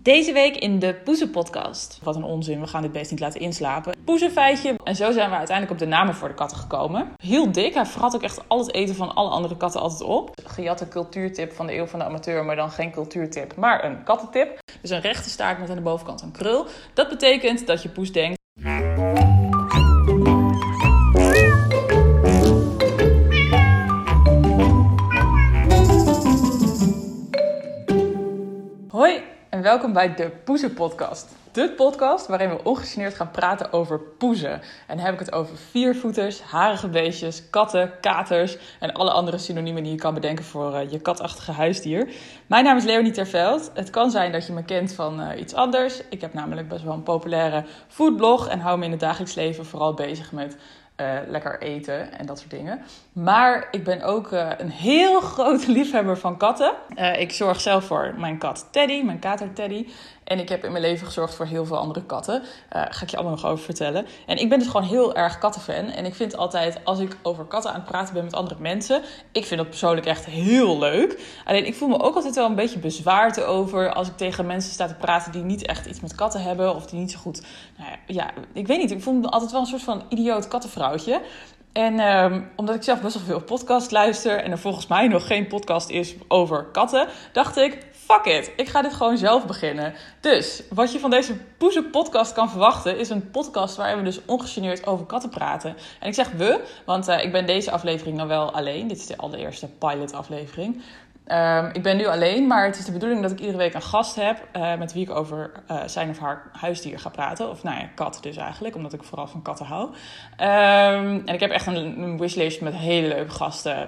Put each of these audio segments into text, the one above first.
Deze week in de Poezen-podcast. Wat een onzin, we gaan dit beest niet laten inslapen. Poezenfeitje. En zo zijn we uiteindelijk op de namen voor de katten gekomen. Heel dik, hij vergat ook echt al het eten van alle andere katten altijd op. Gejatte cultuurtip van de eeuw van de amateur, maar dan geen cultuurtip, maar een kattentip. Dus een rechte staart met aan de bovenkant een krul. Dat betekent dat je poes denkt: hoi en welkom bij de Poezen-podcast. De podcast waarin we ongegeneerd gaan praten over poezen. En dan heb ik het over viervoeters, harige beestjes, katten, katers en alle andere synoniemen die je kan bedenken voor je katachtige huisdier. Mijn naam is Leonie Terveld. Het kan zijn dat je me kent van iets anders. Ik heb namelijk best wel een populaire foodblog en hou me in het dagelijks leven vooral bezig met lekker eten en dat soort dingen. Maar ik ben ook een heel grote liefhebber van katten. Ik zorg zelf voor mijn kat Teddy, mijn kater Teddy. En ik heb in mijn leven gezorgd voor heel veel andere katten. Ga ik je allemaal nog over vertellen. En ik ben dus gewoon heel erg kattenfan. En ik vind altijd, als ik over katten aan het praten ben met andere mensen, ik vind dat persoonlijk echt heel leuk. Alleen ik voel me ook altijd wel een beetje bezwaard over als ik tegen mensen sta te praten die niet echt iets met katten hebben. Of die niet zo goed, ik weet niet. Ik voel me altijd wel een soort van idioot kattenvrouwtje. En omdat ik zelf best wel veel podcast luister en er volgens mij nog geen podcast is over katten, dacht ik, fuck it, ik ga dit gewoon zelf beginnen. Dus wat je van deze Poezen-podcast kan verwachten is een podcast waarin we dus ongegeneerd over katten praten. En ik zeg we, want ik ben deze aflevering dan wel alleen. Dit is de allereerste pilot aflevering. Ik ben nu alleen, maar het is de bedoeling dat ik iedere week een gast heb met wie ik over zijn of haar huisdier ga praten. Of kat dus eigenlijk, omdat ik vooral van katten hou. En ik heb echt een wishlist met hele leuke gasten.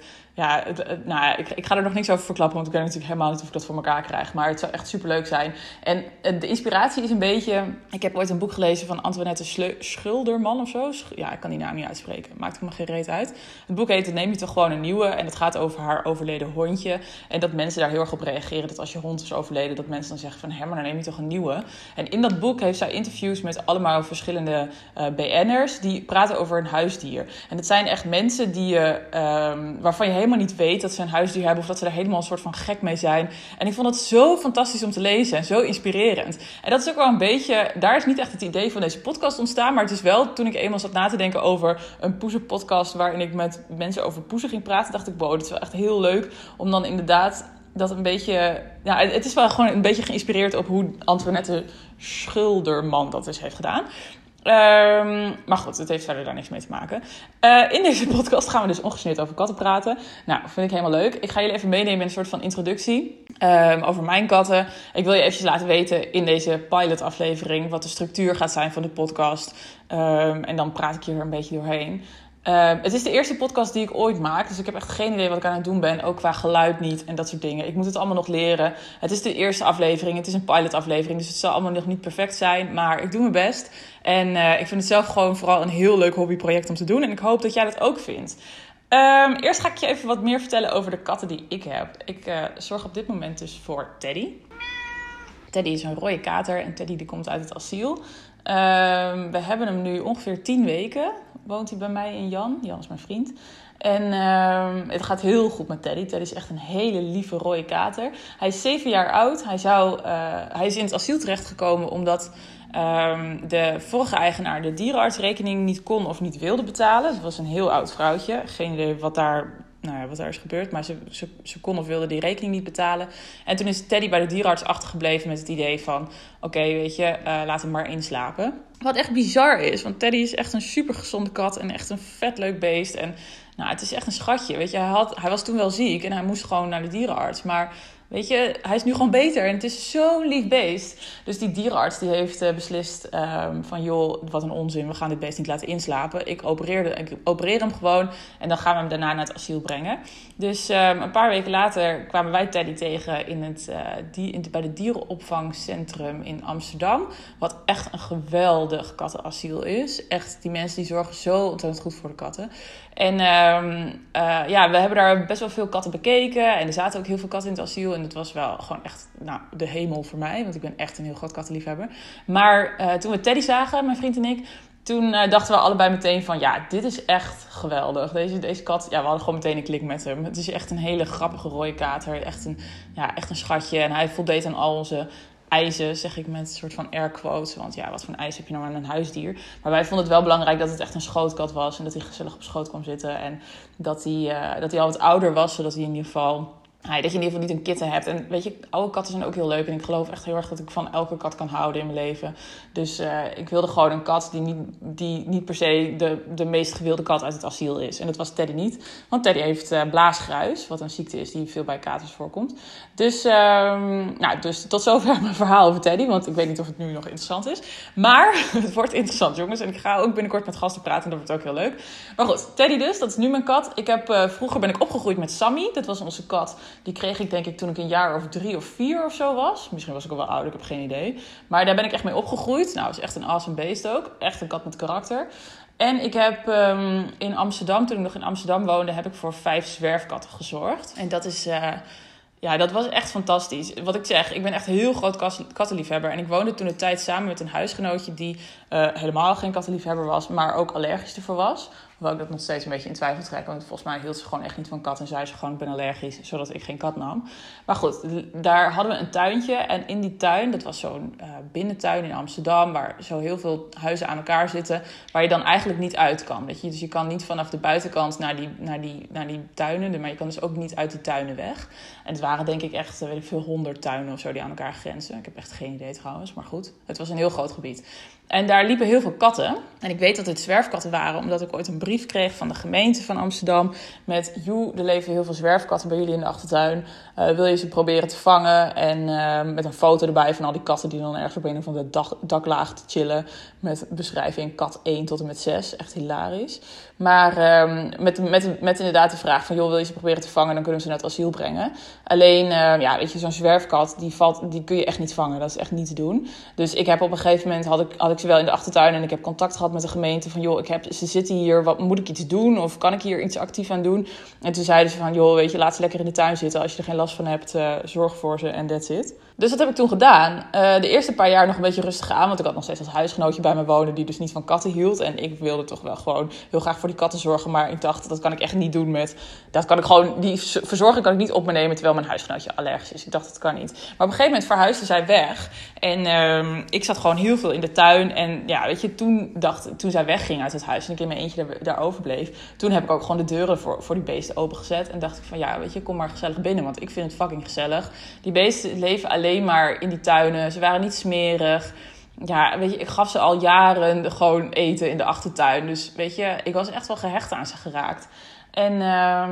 Ik ga er nog niks over verklappen, want ik weet natuurlijk helemaal niet of ik dat voor elkaar krijg. Maar het zou echt superleuk zijn. En de inspiratie is een beetje... Ik heb ooit een boek gelezen van Antoinette Schulderman of zo. Ik kan die naam niet uitspreken. Maakt me geen reet uit. Het boek heet Neem je toch gewoon een nieuwe. En het gaat over haar overleden hondje. En dat mensen daar heel erg op reageren. Dat als je hond is overleden, dat mensen dan zeggen van... maar dan neem je toch een nieuwe. En in dat boek heeft zij interviews met allemaal verschillende BN'ers. Die praten over een huisdier. En het zijn echt mensen waarvan je helemaal niet weet dat ze een huisdier hebben of dat ze er helemaal een soort van gek mee zijn. En ik vond het zo fantastisch om te lezen en zo inspirerend. En dat is ook wel een beetje, daar is niet echt het idee van deze podcast ontstaan, maar het is wel toen ik eenmaal zat na te denken over een poezen-podcast waarin ik met mensen over poezen ging praten, dacht ik, wow, dit is wel echt heel leuk om dan inderdaad dat een beetje... het is wel gewoon een beetje geïnspireerd op hoe Antoinette Schulderman dat dus heeft gedaan. Maar goed, het heeft verder daar niks mee te maken. In deze podcast gaan we dus ongegeneerd over katten praten. Nou, vind ik helemaal leuk. Ik ga jullie even meenemen in een soort van introductie over mijn katten. Ik wil je eventjes laten weten in deze pilot-aflevering wat de structuur gaat zijn van de podcast. En dan praat ik hier een beetje doorheen. Het is de eerste podcast die ik ooit maak. Dus ik heb echt geen idee wat ik aan het doen ben. Ook qua geluid niet en dat soort dingen. Ik moet het allemaal nog leren. Het is de eerste aflevering. Het is een pilot-aflevering. Dus het zal allemaal nog niet perfect zijn. Maar ik doe mijn best. En ik vind het zelf gewoon vooral een heel leuk hobbyproject om te doen. En ik hoop dat jij dat ook vindt. Eerst ga ik je even wat meer vertellen over de katten die ik heb. Ik zorg op dit moment dus voor Teddy. Teddy is een rode kater. En Teddy die komt uit het asiel. We hebben hem nu ongeveer 10 weken. Woont hij bij mij in Jan. Jan is mijn vriend. En het gaat heel goed met Teddy. Teddy is echt een hele lieve rode kater. Hij is 7 jaar oud. Hij is in het asiel terechtgekomen omdat de vorige eigenaar de dierenartsrekening niet kon of niet wilde betalen. Het was een heel oud vrouwtje. Geen idee wat daar is gebeurd. Maar ze kon of wilde die rekening niet betalen. En toen is Teddy bij de dierenarts achtergebleven met het idee van... Oké, weet je, laat hem maar inslapen. Wat echt bizar is, want Teddy is echt een super gezonde kat en echt een vet leuk beest. En het is echt een schatje, weet je. Hij was toen wel ziek en hij moest gewoon naar de dierenarts. Maar weet je, hij is nu gewoon beter en het is zo'n lief beest. Dus die dierenarts die heeft beslist van... joh, wat een onzin, we gaan dit beest niet laten inslapen. Ik opereer hem gewoon en dan gaan we hem daarna naar het asiel brengen. Dus een paar weken later kwamen wij Teddy tegen bij het dierenopvangcentrum in Amsterdam. Wat echt een geweldig kattenasiel is. Echt, die mensen die zorgen zo ontzettend goed voor de katten. En we hebben daar best wel veel katten bekeken. En er zaten ook heel veel katten in het asiel. En het was wel gewoon echt de hemel voor mij. Want ik ben echt een heel groot kattenliefhebber. Maar toen we Teddy zagen, mijn vriend en ik... Toen dachten we allebei meteen van, dit is echt geweldig. Deze kat, we hadden gewoon meteen een klik met hem. Het is echt een hele grappige rode kater. Echt een schatje. En hij voldeed aan al onze eisen, zeg ik met een soort van air quotes. Want ja, wat voor een eis heb je nou aan een huisdier? Maar wij vonden het wel belangrijk dat het echt een schootkat was. En dat hij gezellig op schoot kwam zitten. En dat hij al wat ouder was, zodat hij in ieder geval... dat je in ieder geval niet een kitten hebt. En weet je, oude katten zijn ook heel leuk. En ik geloof echt heel erg dat ik van elke kat kan houden in mijn leven. Dus ik wilde gewoon een kat die niet per se de meest gewilde kat uit het asiel is. En dat was Teddy niet. Want Teddy heeft blaasgruis, wat een ziekte is die veel bij katers voorkomt. Dus tot zover mijn verhaal over Teddy. Want ik weet niet of het nu nog interessant is. Maar het wordt interessant, jongens. En ik ga ook binnenkort met gasten praten. En dat wordt ook heel leuk. Maar goed, Teddy dus, dat is nu mijn kat. Vroeger ben ik opgegroeid met Sammy. Dat was onze kat. Die kreeg ik denk ik toen ik een jaar of 3 of 4 of zo was. Misschien was ik al wel ouder, ik heb geen idee. Maar daar ben ik echt mee opgegroeid. Nou, is echt een awesome beest ook. Echt een kat met karakter. En ik heb in Amsterdam, toen ik nog in Amsterdam woonde, heb ik voor 5 zwerfkatten gezorgd. En dat is... dat was echt fantastisch. Wat ik zeg, ik ben echt een heel groot kattenliefhebber. En ik woonde toen een tijd samen met een huisgenootje die helemaal geen kattenliefhebber was, maar ook allergisch ervoor was. Hoewel ik dat nog steeds een beetje in twijfel trek. Want volgens mij hield ze gewoon echt niet van kat. En zei ze gewoon, ik ben allergisch, zodat ik geen kat nam. Maar goed, daar hadden we een tuintje. En in die tuin, dat was zo'n binnentuin in Amsterdam, waar zo heel veel huizen aan elkaar zitten, waar je dan eigenlijk niet uit kan. Weet je? Dus je kan niet vanaf de buitenkant naar die tuinen, maar je kan dus ook niet uit die tuinen weg. En het waren denk ik echt, weet ik veel, 100 tuinen of zo die aan elkaar grenzen. Ik heb echt geen idee trouwens, maar goed. Het was een heel groot gebied. En daar liepen heel veel katten. En ik weet dat het zwerfkatten waren, omdat ik ooit een brief kreeg van de gemeente van Amsterdam met: er leven heel veel zwerfkatten bij jullie in de achtertuin. Wil je ze proberen te vangen? En met een foto erbij van al die katten die dan ergens op een of andere daklaag te chillen. Met beschrijving kat 1 tot en met 6. Echt hilarisch. Maar met inderdaad de vraag van: wil je ze proberen te vangen? Dan kunnen we ze naar het asiel brengen. Alleen, weet je, zo'n zwerfkat, die kun je echt niet vangen. Dat is echt niet te doen. Dus ik heb op een gegeven moment, had ik ze wel in de achtertuin. En ik heb contact gehad met de gemeente van: ze zitten hier, wat moet ik iets doen? Of kan ik hier iets actief aan doen? En toen zeiden ze van: weet je, laat ze lekker in de tuin zitten. Als je er geen last van hebt, zorg voor ze en that's it. Dus dat heb ik toen gedaan. De eerste paar jaar nog een beetje rustig aan. Want ik had nog steeds als huisgenootje bij me wonen die dus niet van katten hield. En ik wilde toch wel gewoon heel graag voor die katten zorgen. Maar ik dacht, dat kan ik echt niet doen die verzorging kan ik niet op me nemen terwijl mijn huisgenootje allergisch is. Ik dacht, dat kan niet. Maar op een gegeven moment verhuisde zij weg. En ik zat gewoon heel veel in de tuin. En ja, weet je, toen zij wegging uit het huis en ik in mijn eentje daar overbleef, toen heb ik ook gewoon de deuren voor die beesten opengezet. En dacht ik van: ja, weet je, kom maar gezellig binnen, want ik vind het fucking gezellig. Die beesten leven alleen maar in die tuinen. Ze waren niet smerig. Ja, weet je, ik gaf ze al jaren gewoon eten in de achtertuin. Dus weet je, ik was echt wel gehecht aan ze geraakt. En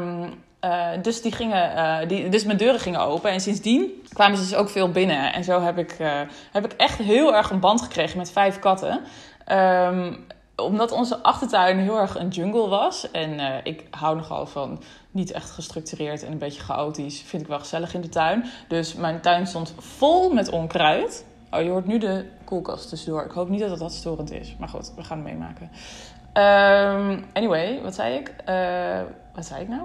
dus mijn deuren gingen open. En sindsdien kwamen ze dus ook veel binnen. En zo heb ik echt heel erg een band gekregen met 5 katten. Omdat onze achtertuin heel erg een jungle was. En ik hou nogal van niet echt gestructureerd en een beetje chaotisch. Vind ik wel gezellig in de tuin. Dus mijn tuin stond vol met onkruid. Oh, je hoort nu de koelkast tussendoor. Ik hoop niet dat dat storend is. Maar goed, we gaan het meemaken. Anyway, wat zei ik? Wat zei ik nou?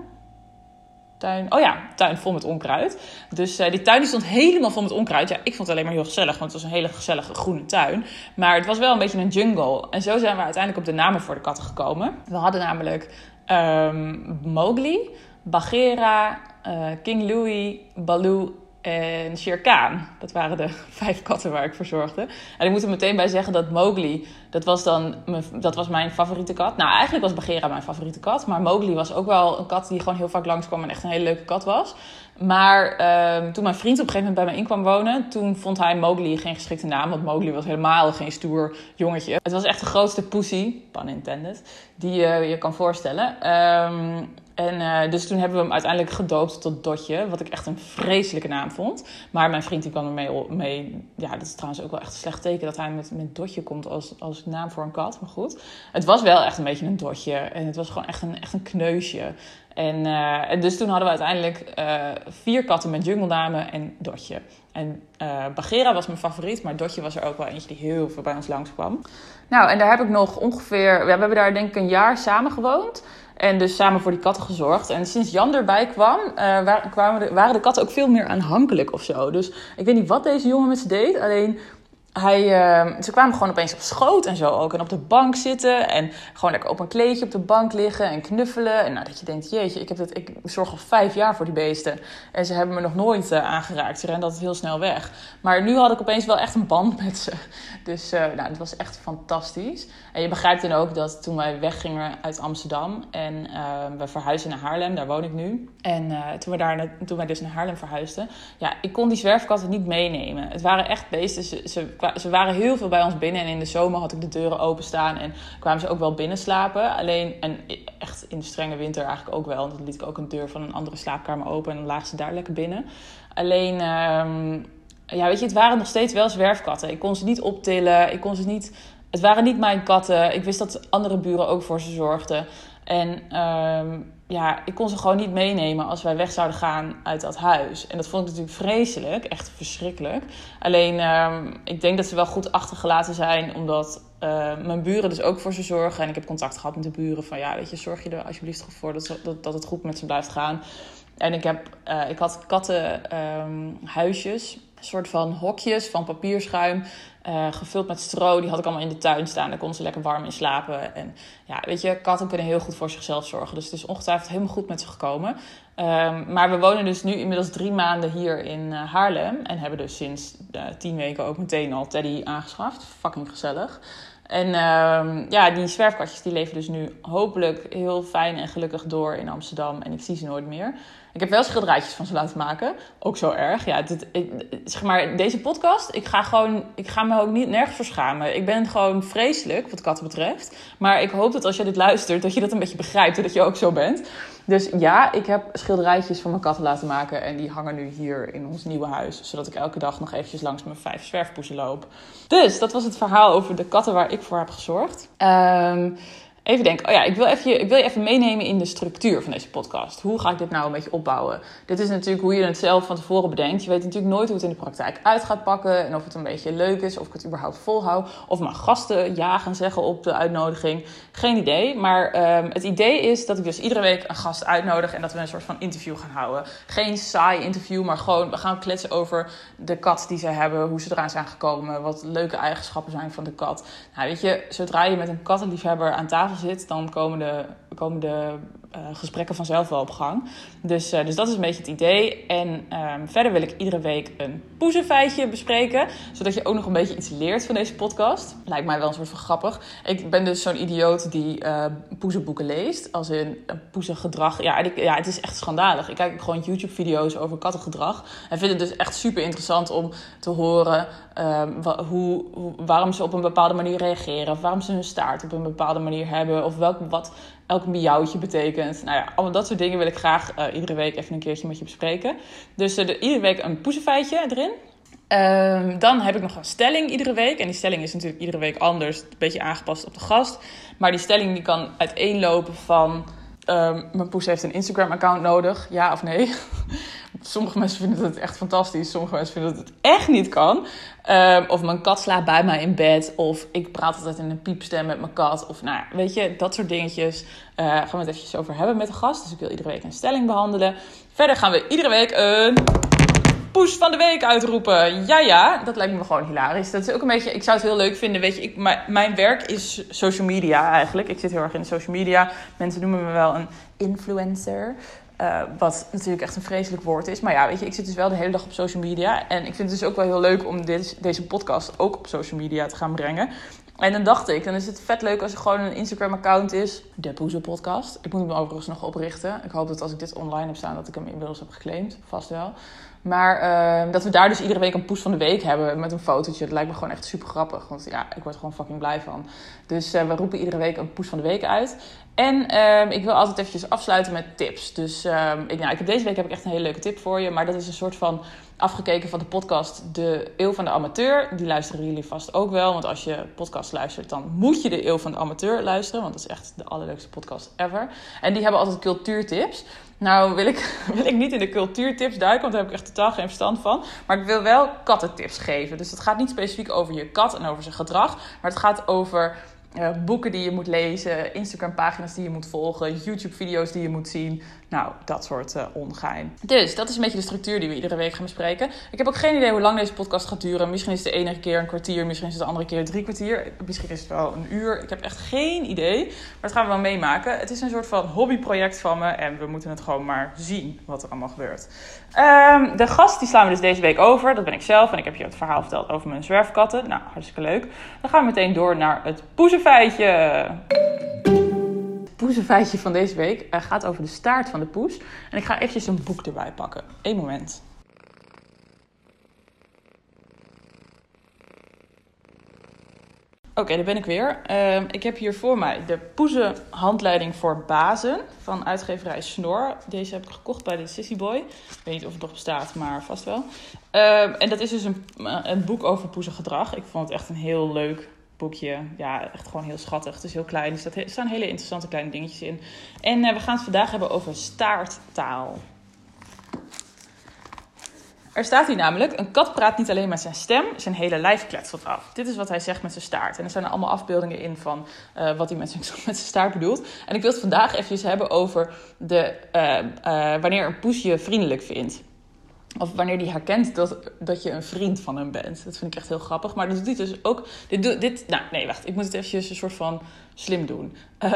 Tuin vol met onkruid. Dus die tuin die stond helemaal vol met onkruid. Ja, ik vond het alleen maar heel gezellig, want het was een hele gezellige groene tuin. Maar het was wel een beetje een jungle. En zo zijn we uiteindelijk op de namen voor de katten gekomen. We hadden namelijk Mowgli, Bagheera, King Louie, Baloo en Shere Khan. Dat waren de 5 katten waar ik voor zorgde. En ik moet er meteen bij zeggen dat Mowgli, dat was mijn favoriete kat. Nou, eigenlijk was Bagheera mijn favoriete kat. Maar Mowgli was ook wel een kat die gewoon heel vaak langskwam en echt een hele leuke kat was. Maar toen mijn vriend op een gegeven moment bij mij in kwam wonen, toen vond hij Mowgli geen geschikte naam. Want Mowgli was helemaal geen stoer jongetje. Het was echt de grootste pussy, pun intended, die je kan voorstellen. Dus toen hebben we hem uiteindelijk gedoopt tot Dotje. Wat ik echt een vreselijke naam vond. Maar mijn vriend die kwam er mee. Ja, dat is trouwens ook wel echt een slecht teken dat hij met Dotje komt als naam voor een kat. Maar goed, het was wel echt een beetje een Dotje. En het was gewoon echt een kneusje. En dus toen hadden we uiteindelijk 4 katten met jungle-namen en Dotje. En Bagheera was mijn favoriet, maar Dotje was er ook wel eentje die heel veel bij ons langskwam. Nou, en daar heb ik nog ongeveer... we hebben daar denk ik een jaar samen gewoond. En dus samen voor die katten gezorgd. En sinds Jan erbij kwam, waren de katten ook veel meer aanhankelijk of zo. Dus ik weet niet wat deze jongen met ze deed. Alleen Ze kwamen gewoon opeens op schoot en zo ook. En op de bank zitten. En gewoon lekker op een kleedje op de bank liggen en knuffelen. En nou, dat je denkt, jeetje, ik zorg al 5 jaar voor die beesten. En ze hebben me nog nooit aangeraakt. Ze rennen altijd heel snel weg. Maar nu had ik opeens wel echt een band met ze. Dus het was echt fantastisch. En je begrijpt dan ook dat toen wij weggingen uit Amsterdam. En we verhuisden naar Haarlem, daar woon ik nu. En toen wij dus naar Haarlem verhuisden. Ja, ik kon die zwerfkatten niet meenemen. Het waren echt beesten. Ze waren heel veel bij ons binnen. En in de zomer had ik de deuren openstaan. En kwamen ze ook wel binnen slapen. Alleen, en echt in de strenge winter eigenlijk ook wel. Want dan liet ik ook een deur van een andere slaapkamer open. En dan lagen ze daar lekker binnen. Alleen, weet je, het waren nog steeds wel zwerfkatten. Ik kon ze niet optillen. Het waren niet mijn katten. Ik wist dat andere buren ook voor ze zorgden. En ik kon ze gewoon niet meenemen als wij weg zouden gaan uit dat huis. En dat vond ik natuurlijk vreselijk. Echt verschrikkelijk. Alleen, ik denk dat ze wel goed achtergelaten zijn. Omdat mijn buren dus ook voor ze zorgen. En ik heb contact gehad met de buren. Van ja, weet je, zorg je er alsjeblieft voor dat het goed met ze blijft gaan. En ik had kattenhuisjes. Een soort van hokjes van papierschuim. Gevuld met stro. Die had ik allemaal in de tuin staan. Daar konden ze lekker warm in slapen. En ja, weet je, katten kunnen heel goed voor zichzelf zorgen. Dus het is ongetwijfeld helemaal goed met ze gekomen. Maar we wonen dus nu inmiddels 3 maanden hier in Haarlem. En hebben dus sinds 10 weken ook meteen al Teddy aangeschaft. Fucking gezellig. En die zwerfkatjes die leven dus nu hopelijk heel fijn en gelukkig door in Amsterdam. En ik zie ze nooit meer. Ik heb wel schilderijtjes van ze laten maken. Ook zo erg. Ja, zeg maar, deze podcast, ik ga me ook niet nergens voor schamen. Ik ben gewoon vreselijk wat katten betreft. Maar ik hoop dat als je dit luistert, dat je dat een beetje begrijpt. En dat je ook zo bent. Dus ja, ik heb schilderijtjes van mijn katten laten maken. En die hangen nu hier in ons nieuwe huis. Zodat ik elke dag nog eventjes langs mijn 5 zwerfpoezen loop. Dus dat was het verhaal over de katten waar ik voor heb gezorgd. Even denken, ik wil je even meenemen in de structuur van deze podcast. Hoe ga ik dit nou een beetje opbouwen? Dit is natuurlijk hoe je het zelf van tevoren bedenkt. Je weet natuurlijk nooit hoe het in de praktijk uit gaat pakken. En of het een beetje leuk is, of ik het überhaupt volhoud. Of mijn gasten ja gaan zeggen op de uitnodiging. Geen idee. Maar het idee is dat ik dus iedere week een gast uitnodig. En dat we een soort van interview gaan houden. Geen saai interview, maar gewoon we gaan kletsen over de kat die ze hebben. Hoe ze eraan zijn gekomen. Wat leuke eigenschappen zijn van de kat. Nou, weet je, zodra je met een kattenliefhebber aan tafel zit, dan komen de gesprekken vanzelf wel op gang. Dus dat is een beetje het idee. En verder wil ik iedere week een poezenfeitje bespreken, zodat je ook nog een beetje iets leert van deze podcast. Lijkt mij wel een soort van grappig. Ik ben dus zo'n idioot die poezenboeken leest, als in poezengedrag. Ja, het is echt schandalig. Ik kijk gewoon YouTube-video's over kattengedrag en vind het dus echt super interessant om te horen waarom ze op een bepaalde manier reageren, of waarom ze hun staart op een bepaalde manier hebben, of wat elk miauwtje betekent. Nou ja, allemaal dat soort dingen wil ik graag iedere week even een keertje met je bespreken. Dus iedere week een poezenfeitje erin. Dan heb ik nog een stelling iedere week. En die stelling is natuurlijk iedere week anders. Een beetje aangepast op de gast. Maar die stelling die kan uiteenlopen van mijn poes heeft een Instagram-account nodig. Ja of nee? Sommige mensen vinden het echt fantastisch. Sommige mensen vinden dat het echt niet kan. Of mijn kat slaapt bij mij in bed. Of ik praat altijd in een piepstem met mijn kat. Of nou, weet je, dat soort dingetjes. Gaan we het eventjes over hebben met de gast. Dus ik wil iedere week een stelling behandelen. Verder gaan we iedere week een poes van de week uitroepen. Ja, dat lijkt me gewoon hilarisch. Dat is ook een beetje, ik zou het heel leuk vinden. Weet je, mijn werk is social media eigenlijk. Ik zit heel erg in de social media. Mensen noemen me wel een influencer. Wat natuurlijk echt een vreselijk woord is. Maar ja, weet je, ik zit dus wel de hele dag op social media. En ik vind het dus ook wel heel leuk om deze podcast ook op social media te gaan brengen. En dan dacht ik, dan is het vet leuk als er gewoon een Instagram-account is. De Poezenpodcast. Ik moet hem overigens nog oprichten. Ik hoop dat als ik dit online heb staan, dat ik hem inmiddels heb geclaimd. Vast wel. Maar dat we daar dus iedere week een poes van de week hebben met een fotootje. Dat lijkt me gewoon echt super grappig. Want ja, ik word er gewoon fucking blij van. Dus we roepen iedere week een poes van de week uit. En ik wil altijd eventjes afsluiten met tips. Dus deze week heb ik echt een hele leuke tip voor je. Maar dat is een soort van afgekeken van de podcast De Eeuw van de Amateur. Die luisteren jullie vast ook wel. Want als je podcast luistert, dan moet je De Eeuw van de Amateur luisteren. Want dat is echt de allerleukste podcast ever. En die hebben altijd cultuurtips. Nou wil ik niet in de cultuurtips duiken, want daar heb ik echt totaal geen verstand van. Maar ik wil wel kattentips geven. Dus het gaat niet specifiek over je kat en over zijn gedrag. Maar het gaat over boeken die je moet lezen, Instagram-pagina's die je moet volgen, YouTube-video's die je moet zien. Nou, dat soort ongein. Dus dat is een beetje de structuur die we iedere week gaan bespreken. Ik heb ook geen idee hoe lang deze podcast gaat duren. Misschien is het de ene keer een kwartier, misschien is het de andere keer 3 kwartier. Misschien is het wel een uur. Ik heb echt geen idee. Maar dat gaan we wel meemaken. Het is een soort van hobbyproject van me en we moeten het gewoon maar zien wat er allemaal gebeurt. De gast die slaan we dus deze week over. Dat ben ik zelf en ik heb je het verhaal verteld over mijn zwerfkatten. Nou, hartstikke leuk. Dan gaan we meteen door naar het poezenfeitje. Het poezenfeitje van deze week gaat over de staart van de poes. En ik ga eventjes een boek erbij pakken. Eén moment. Oké, daar ben ik weer. Ik heb hier voor mij de poezenhandleiding voor bazen van uitgeverij Snor. Deze heb ik gekocht bij de Sissy Boy. Ik weet niet of het nog bestaat, maar vast wel. En dat is dus een boek over poezengedrag. Ik vond het echt een heel leuk boekje. Ja, echt gewoon heel schattig. Het is heel klein. Er staan hele interessante kleine dingetjes in. En we gaan het vandaag hebben over staarttaal. Er staat hier namelijk: een kat praat niet alleen met zijn stem, zijn hele lijf kletst af. Dit is wat hij zegt met zijn staart. En er zijn er allemaal afbeeldingen in van wat hij met zijn staart bedoelt. En ik wil het vandaag even hebben over wanneer een poes je vriendelijk vindt. Of wanneer die herkent dat je een vriend van hem bent. Dat vind ik echt heel grappig. Maar dat doet hij dus ook. Wacht. Ik moet het eventjes een soort van slim doen.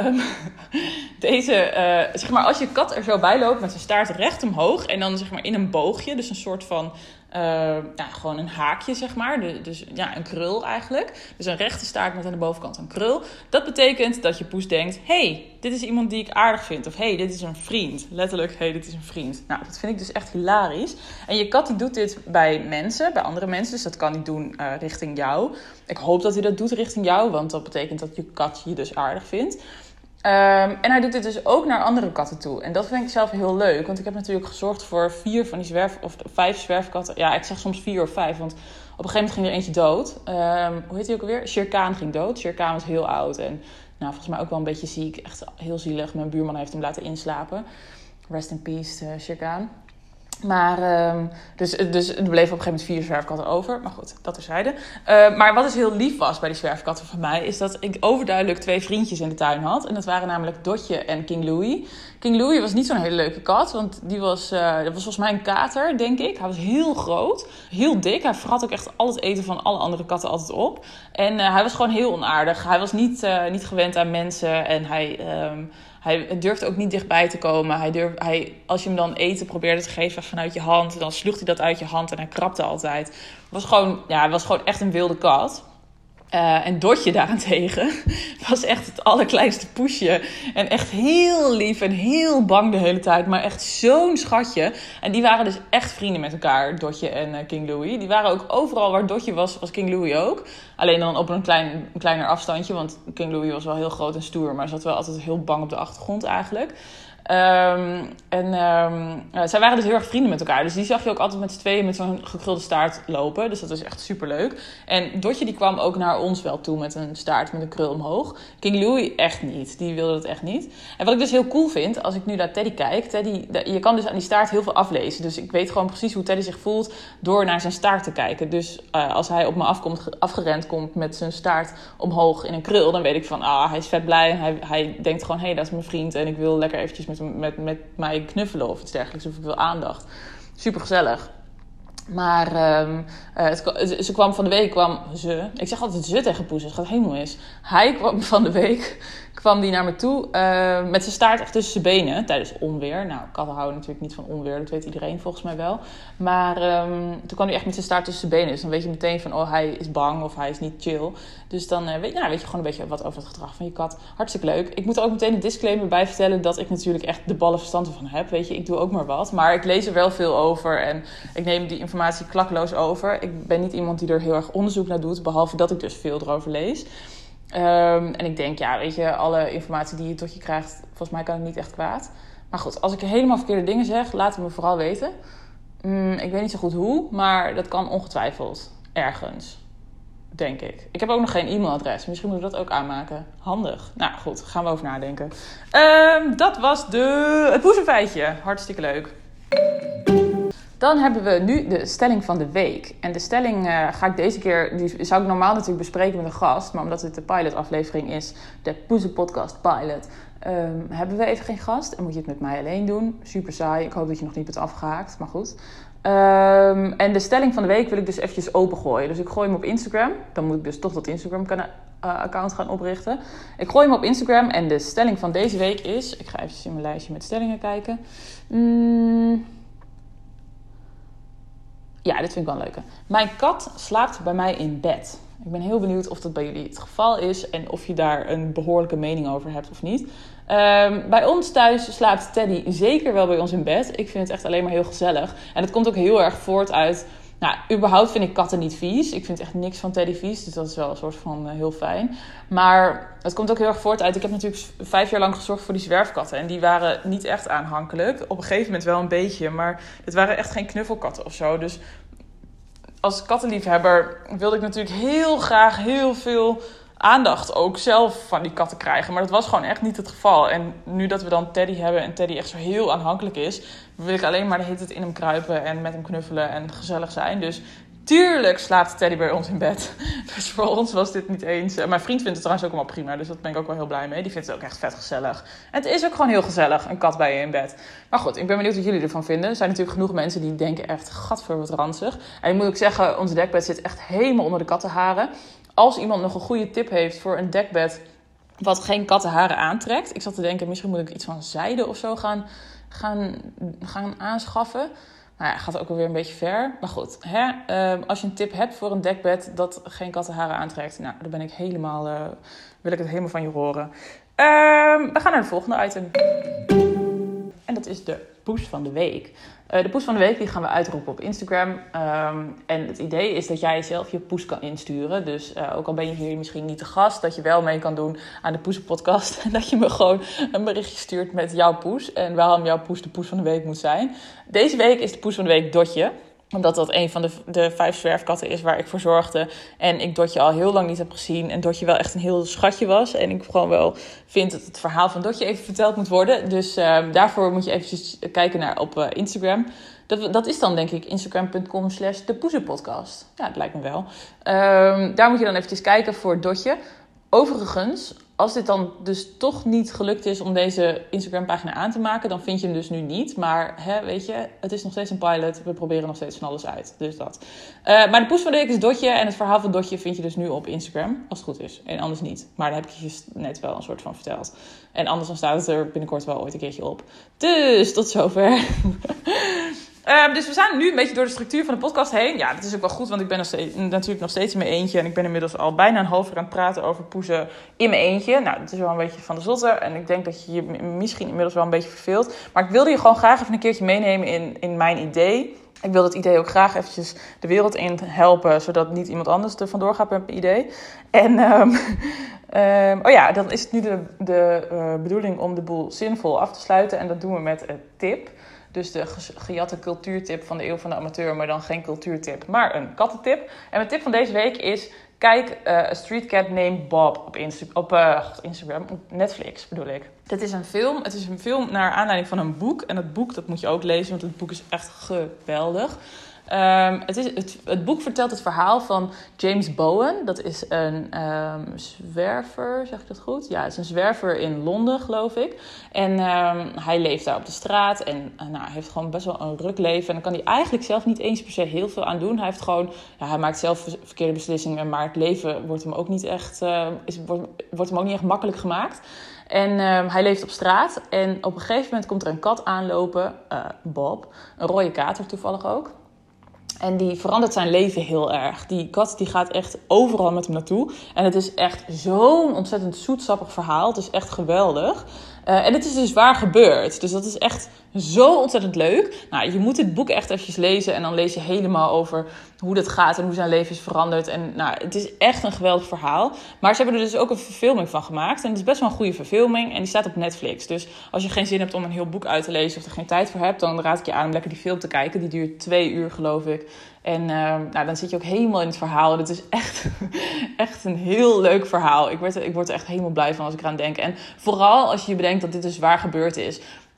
Zeg maar, als je kat er zo bij loopt met zijn staart recht omhoog. En dan zeg maar in een boogje. Dus een soort van, gewoon een haakje zeg maar. Dus een krul eigenlijk. Dus een rechte staart met aan de bovenkant een krul. Dat betekent dat je poes denkt: hey, dit is iemand die ik aardig vind. Of hey, dit is een vriend. Letterlijk, hey, dit is een vriend. Nou, dat vind ik dus echt hilarisch. En je kat die doet dit bij mensen, bij andere mensen. Dus dat kan hij doen richting jou. Ik hoop dat hij dat doet richting jou. Want dat betekent dat je kat je dus aardig vindt. En hij doet dit dus ook naar andere katten toe. En dat vind ik zelf heel leuk. Want ik heb natuurlijk gezorgd voor 4 van die 5 zwerfkatten. Ja, ik zeg soms 4 of 5. Want op een gegeven moment ging er eentje dood. Hoe heet hij ook alweer? Shere ging dood. Shere was heel oud. En volgens mij ook wel een beetje ziek. Echt heel zielig. Mijn buurman heeft hem laten inslapen. Rest in peace, Shere. Maar, dus er bleven op een gegeven moment 4 zwerfkatten over. Maar goed, dat terzijde. Maar wat dus heel lief was bij die zwerfkatten van mij, is dat ik overduidelijk 2 vriendjes in de tuin had. En dat waren namelijk Dotje en King Louie. King Louie was niet zo'n hele leuke kat, want dat was volgens mij een kater, denk ik. Hij was heel groot, heel dik. Hij vrat ook echt al het eten van alle andere katten altijd op. En hij was gewoon heel onaardig. Hij was niet gewend aan mensen en hij durfde ook niet dichtbij te komen. Als je hem dan eten probeerde te geven vanuit je hand, dan sloeg hij dat uit je hand en hij krabde altijd. Hij was gewoon echt een wilde kat. En Dotje daarentegen was echt het allerkleinste poesje. En echt heel lief en heel bang de hele tijd. Maar echt zo'n schatje. En die waren dus echt vrienden met elkaar, Dotje en King Louie. Die waren ook overal waar Dotje was King Louie ook. Alleen dan op een kleiner afstandje. Want King Louie was wel heel groot en stoer. Maar zat wel altijd heel bang op de achtergrond eigenlijk. Zij waren dus heel erg vrienden met elkaar. Dus die zag je ook altijd met z'n tweeën met zo'n gekrulde staart lopen. Dus dat is echt superleuk. En Dotje die kwam ook naar ons wel toe met een staart met een krul omhoog. King Louie echt niet. Die wilde dat echt niet. En wat ik dus heel cool vind, als ik nu naar Teddy kijk. Je kan dus aan die staart heel veel aflezen. Dus ik weet gewoon precies hoe Teddy zich voelt door naar zijn staart te kijken. Dus als hij op me afgerend komt met zijn staart omhoog in een krul, dan weet ik van, hij is vet blij. En hij denkt gewoon, hey, dat is mijn vriend. En ik wil lekker eventjes met mij knuffelen of iets dergelijks. Of ik wil aandacht. Super gezellig. Maar ze kwam van de week, ik zeg altijd ze tegen Poes, het gaat helemaal mis. Hij kwam van de week, die naar me toe met zijn staart echt tussen zijn benen tijdens onweer. Nou, katten houden natuurlijk niet van onweer, dat weet iedereen volgens mij wel. Maar toen kwam hij echt met zijn staart tussen zijn benen. Dus dan weet je meteen van, hij is bang of hij is niet chill. Dus dan weet je gewoon een beetje wat over het gedrag van je kat. Hartstikke leuk. Ik moet er ook meteen een disclaimer bij vertellen dat ik natuurlijk echt de ballen verstand ervan heb. Weet je, ik doe ook maar wat. Maar ik lees er wel veel over en ik neem die informatie klakloos over. Ik ben niet iemand die er heel erg onderzoek naar doet, behalve dat ik dus veel erover lees. En ik denk, weet je, alle informatie die je tot je krijgt, volgens mij kan het niet echt kwaad. Maar goed, als ik helemaal verkeerde dingen zeg, laat het me vooral weten. Ik weet niet zo goed hoe, maar dat kan ongetwijfeld ergens. Denk ik. Ik heb ook nog geen e-mailadres. Misschien moet ik dat ook aanmaken. Handig. Nou goed, gaan we over nadenken. Dat was het poezenfeitje. Hartstikke leuk. Dan hebben we nu de stelling van de week. En de stelling ga ik deze keer... Die zou ik normaal natuurlijk bespreken met een gast. Maar omdat dit de pilotaflevering is, de Poezen Podcast Pilot... hebben we even geen gast. En moet je het met mij alleen doen. Super saai. Ik hoop dat je nog niet bent afgehaakt. Maar goed. En de stelling van de week wil ik dus eventjes opengooien. Dus ik gooi hem op Instagram. Dan moet ik dus toch dat Instagram-account gaan oprichten. Ik gooi hem op Instagram. En de stelling van deze week is... Ik ga even in mijn lijstje met stellingen kijken. Ja, dit vind ik wel een leuke. Mijn kat slaapt bij mij in bed. Ik ben heel benieuwd of dat bij jullie het geval is... en of je daar een behoorlijke mening over hebt of niet. Bij ons thuis slaapt Teddy zeker wel bij ons in bed. Ik vind het echt alleen maar heel gezellig. En het komt ook heel erg voort uit... Nou, überhaupt vind ik katten niet vies. Ik vind echt niks van Teddy vies. Dus dat is wel een soort van heel fijn. Maar het komt ook heel erg voort uit... Ik heb natuurlijk 5 jaar lang gezorgd voor die zwerfkatten. En die waren niet echt aanhankelijk. Op een gegeven moment wel een beetje. Maar het waren echt geen knuffelkatten of zo. Dus als kattenliefhebber wilde ik natuurlijk heel graag heel veel aandacht ook zelf van die katten krijgen. Maar dat was gewoon echt niet het geval. En nu dat we dan Teddy hebben en Teddy echt zo heel aanhankelijk is... wil ik alleen maar de hele tijd in hem kruipen en met hem knuffelen en gezellig zijn. Dus tuurlijk slaapt Teddy bij ons in bed. Dus voor ons was dit niet eens... Mijn vriend vindt het trouwens ook allemaal prima. Dus dat ben ik ook wel heel blij mee. Die vindt het ook echt vet gezellig. En het is ook gewoon heel gezellig, een kat bij je in bed. Maar goed, ik ben benieuwd wat jullie ervan vinden. Er zijn natuurlijk genoeg mensen die denken echt... Gadver, wat ranzig. En ik moet ook zeggen, ons dekbed zit echt helemaal onder de kattenharen. Als iemand nog een goede tip heeft voor een dekbed... wat geen kattenharen aantrekt... Ik zat te denken, misschien moet ik iets van zijde of zo gaan aanschaffen... Nou ja, gaat ook alweer een beetje ver. Maar goed, als je een tip hebt voor een dekbed dat geen kattenharen aantrekt... Nou, dan ben ik wil ik het helemaal van je horen. We gaan naar de volgende item. En dat is de poes van de week. De poes van de week die gaan we uitroepen op Instagram. En het idee is dat jij zelf je poes kan insturen. Dus ook al ben je hier misschien niet te gast... dat je wel mee kan doen aan de Poezenpodcast. En dat je me gewoon een berichtje stuurt met jouw poes. En waarom jouw poes de poes van de week moet zijn. Deze week is de poes van de week Dotje. Omdat dat een van de 5 zwerfkatten is waar ik voor zorgde. En ik Dotje al heel lang niet heb gezien. En Dotje wel echt een heel schatje was. En ik gewoon wel vind dat het verhaal van Dotje even verteld moet worden. Dus daarvoor moet je eventjes kijken op Instagram. Dat is dan denk ik instagram.com/depoezenpodcast. Ja, dat lijkt me wel. Daar moet je dan eventjes kijken voor Dotje. Overigens, als dit dan dus toch niet gelukt is om deze Instagram-pagina aan te maken... dan vind je hem dus nu niet. Maar weet je, het is nog steeds een pilot. We proberen nog steeds van alles uit. Dus dat. Maar de poes van de week is Dotje. En het verhaal van Dotje vind je dus nu op Instagram. Als het goed is. En anders niet. Maar daar heb ik je net wel een soort van verteld. En anders dan staat het er binnenkort wel ooit een keertje op. Dus tot zover. Dus we zijn nu een beetje door de structuur van de podcast heen. Ja, dat is ook wel goed, want ik ben natuurlijk nog steeds in mijn eentje. En ik ben inmiddels al bijna een half uur aan het praten over poezen in mijn eentje. Nou, dat is wel een beetje van de zotte. En ik denk dat je je misschien inmiddels wel een beetje verveelt. Maar ik wilde je gewoon graag even een keertje meenemen in mijn idee. Ik wil dat idee ook graag eventjes de wereld in helpen, zodat niet iemand anders er vandoor gaat met mijn idee. En dan is het nu de bedoeling om de boel zinvol af te sluiten. En dat doen we met een tip. Dus de gejatte cultuurtip van de Eeuw van de Amateur, maar dan geen cultuurtip, maar een kattentip. En mijn tip van deze week is, kijk A Street Cat Named Bob op Instagram, op Netflix bedoel ik. Dit is een film. Het is een film naar aanleiding van een boek. En het boek, dat moet je ook lezen, want het boek is echt geweldig. Het boek vertelt het verhaal van James Bowen. Dat is een zwerver, zeg ik dat goed? Ja, het is een zwerver in Londen, geloof ik. En hij leeft daar op de straat en hij heeft gewoon best wel een ruk leven. En dan kan hij eigenlijk zelf niet eens per se heel veel aan doen. Hij maakt zelf verkeerde beslissingen, maar het leven wordt hem ook niet echt, wordt hem ook niet echt makkelijk gemaakt. En hij leeft op straat en op een gegeven moment komt er een kat aanlopen, Bob, een rode kater toevallig ook. En die verandert zijn leven heel erg. Die kat die gaat echt overal met hem naartoe. En het is echt zo'n ontzettend zoetsappig verhaal. Het is echt geweldig. En het is dus waar gebeurd. Dus dat is echt zo ontzettend leuk. Nou, je moet dit boek echt eventjes lezen. En dan lees je helemaal over hoe dat gaat en hoe zijn leven is veranderd. En het is echt een geweldig verhaal. Maar ze hebben er dus ook een verfilming van gemaakt. En het is best wel een goede verfilming. En die staat op Netflix. Dus als je geen zin hebt om een heel boek uit te lezen of er geen tijd voor hebt, dan raad ik je aan om lekker die film te kijken. Die duurt 2 uur, geloof ik. En dan zit je ook helemaal in het verhaal. En het is echt een heel leuk verhaal. Ik word er echt helemaal blij van als ik eraan denk. En vooral als je bedenkt dat dit dus waar gebeurd is.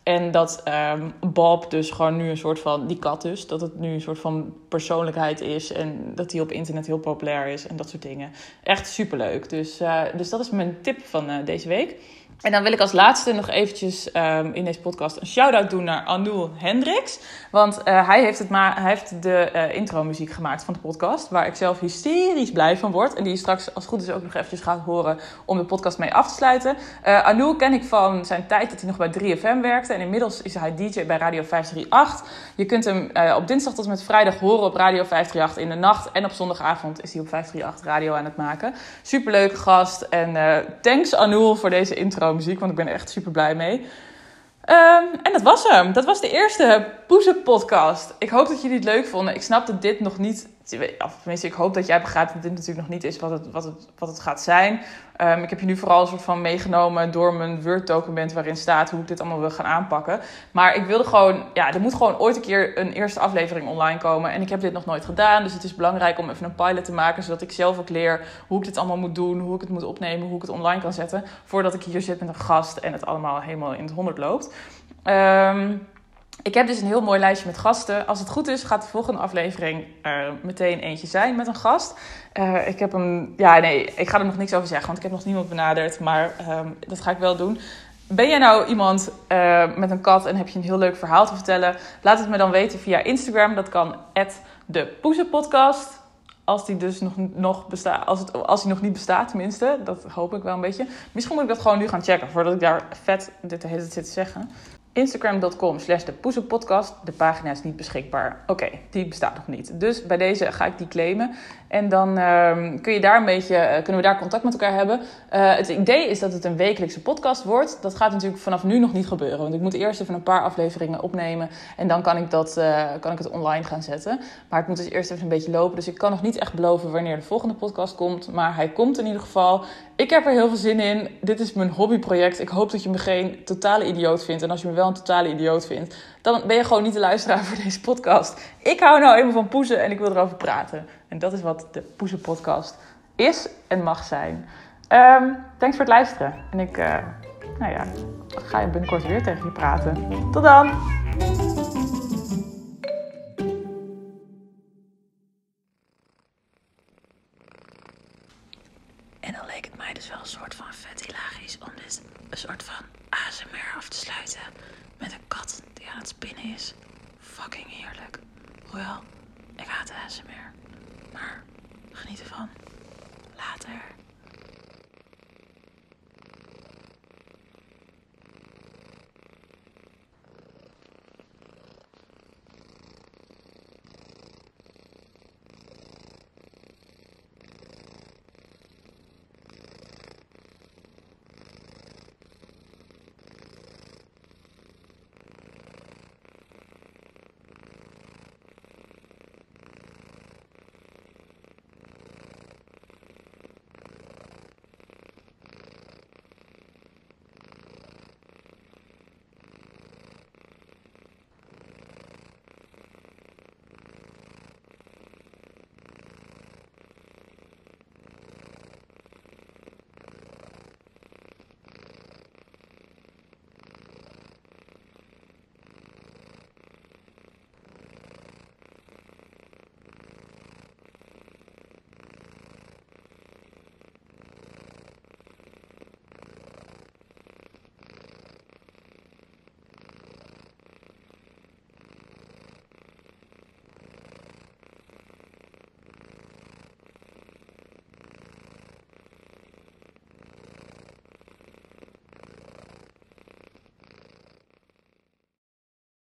En dat Bob dus gewoon nu een soort van, die kat dus, dat het nu een soort van persoonlijkheid is. En dat die op internet heel populair is en dat soort dingen. Echt superleuk. Dus dat is mijn tip van deze week. En dan wil ik als laatste nog eventjes in deze podcast een shout-out doen naar Anul Hendricks. Want hij heeft de intro-muziek gemaakt van de podcast, waar ik zelf hysterisch blij van word. En die je straks als het goed is ook nog eventjes gaat horen om de podcast mee af te sluiten. Anul ken ik van zijn tijd dat hij nog bij 3FM werkte. En inmiddels is hij DJ bij Radio 538. Je kunt hem op dinsdag tot en met vrijdag horen op Radio 538 in de nacht. En op zondagavond is hij op 538 radio aan het maken. Superleuke gast. En thanks Anul voor deze intro. Muziek, want ik ben er echt super blij mee. En dat was hem. Dat was de eerste Poezen podcast. Ik hoop dat jullie het leuk vonden. Ik snap dat dit nog niet... Tenminste, ik hoop dat jij begrijpt dat dit natuurlijk nog niet is wat het gaat zijn. Ik heb je nu vooral een soort van meegenomen door mijn Word-document waarin staat hoe ik dit allemaal wil gaan aanpakken. Maar ik wilde gewoon... Ja, er moet gewoon ooit een keer een eerste aflevering online komen. En ik heb dit nog nooit gedaan. Dus het is belangrijk om even een pilot te maken, zodat ik zelf ook leer hoe ik dit allemaal moet doen, hoe ik het moet opnemen, hoe ik het online kan zetten, voordat ik hier zit met een gast en het allemaal helemaal in het honderd loopt. Ik heb dus een heel mooi lijstje met gasten. Als het goed is, gaat de volgende aflevering meteen eentje zijn met een gast. Ik ga er nog niks over zeggen, want ik heb nog niemand benaderd. Maar dat ga ik wel doen. Ben jij nou iemand met een kat en heb je een heel leuk verhaal te vertellen? Laat het me dan weten via Instagram. Dat kan @depoezenpodcast. Als die dus nog bestaat, als die nog niet bestaat tenminste. Dat hoop ik wel een beetje. Misschien moet ik dat gewoon nu gaan checken, voordat ik daar vet dit de hele tijd zit te zeggen. Instagram.com/depoezenpodcast. De pagina is niet beschikbaar. Oké, die bestaat nog niet. Dus bij deze ga ik die claimen. En dan kunnen we daar contact met elkaar hebben. Het idee is dat het een wekelijkse podcast wordt. Dat gaat natuurlijk vanaf nu nog niet gebeuren. Want ik moet eerst even een paar afleveringen opnemen. En dan kan ik het online gaan zetten. Maar het moet dus eerst even een beetje lopen. Dus ik kan nog niet echt beloven wanneer de volgende podcast komt. Maar hij komt in ieder geval. Ik heb er heel veel zin in. Dit is mijn hobbyproject. Ik hoop dat je me geen totale idioot vindt. En als je me wel een totale idioot vindt, dan ben je gewoon niet de luisteraar voor deze podcast. Ik hou nou eenmaal van poezen en ik wil erover praten. En dat is wat de Poezen podcast is en mag zijn. Thanks voor het luisteren. En ik ga je binnenkort weer tegen je praten. Tot dan! En dan leek het mij dus wel een soort van vet hilarisch om dit een soort van ASMR af te sluiten met een kat die aan het spinnen is. Fucking heerlijk. Hoewel, ik haat ASMR. Maar geniet ervan. Later.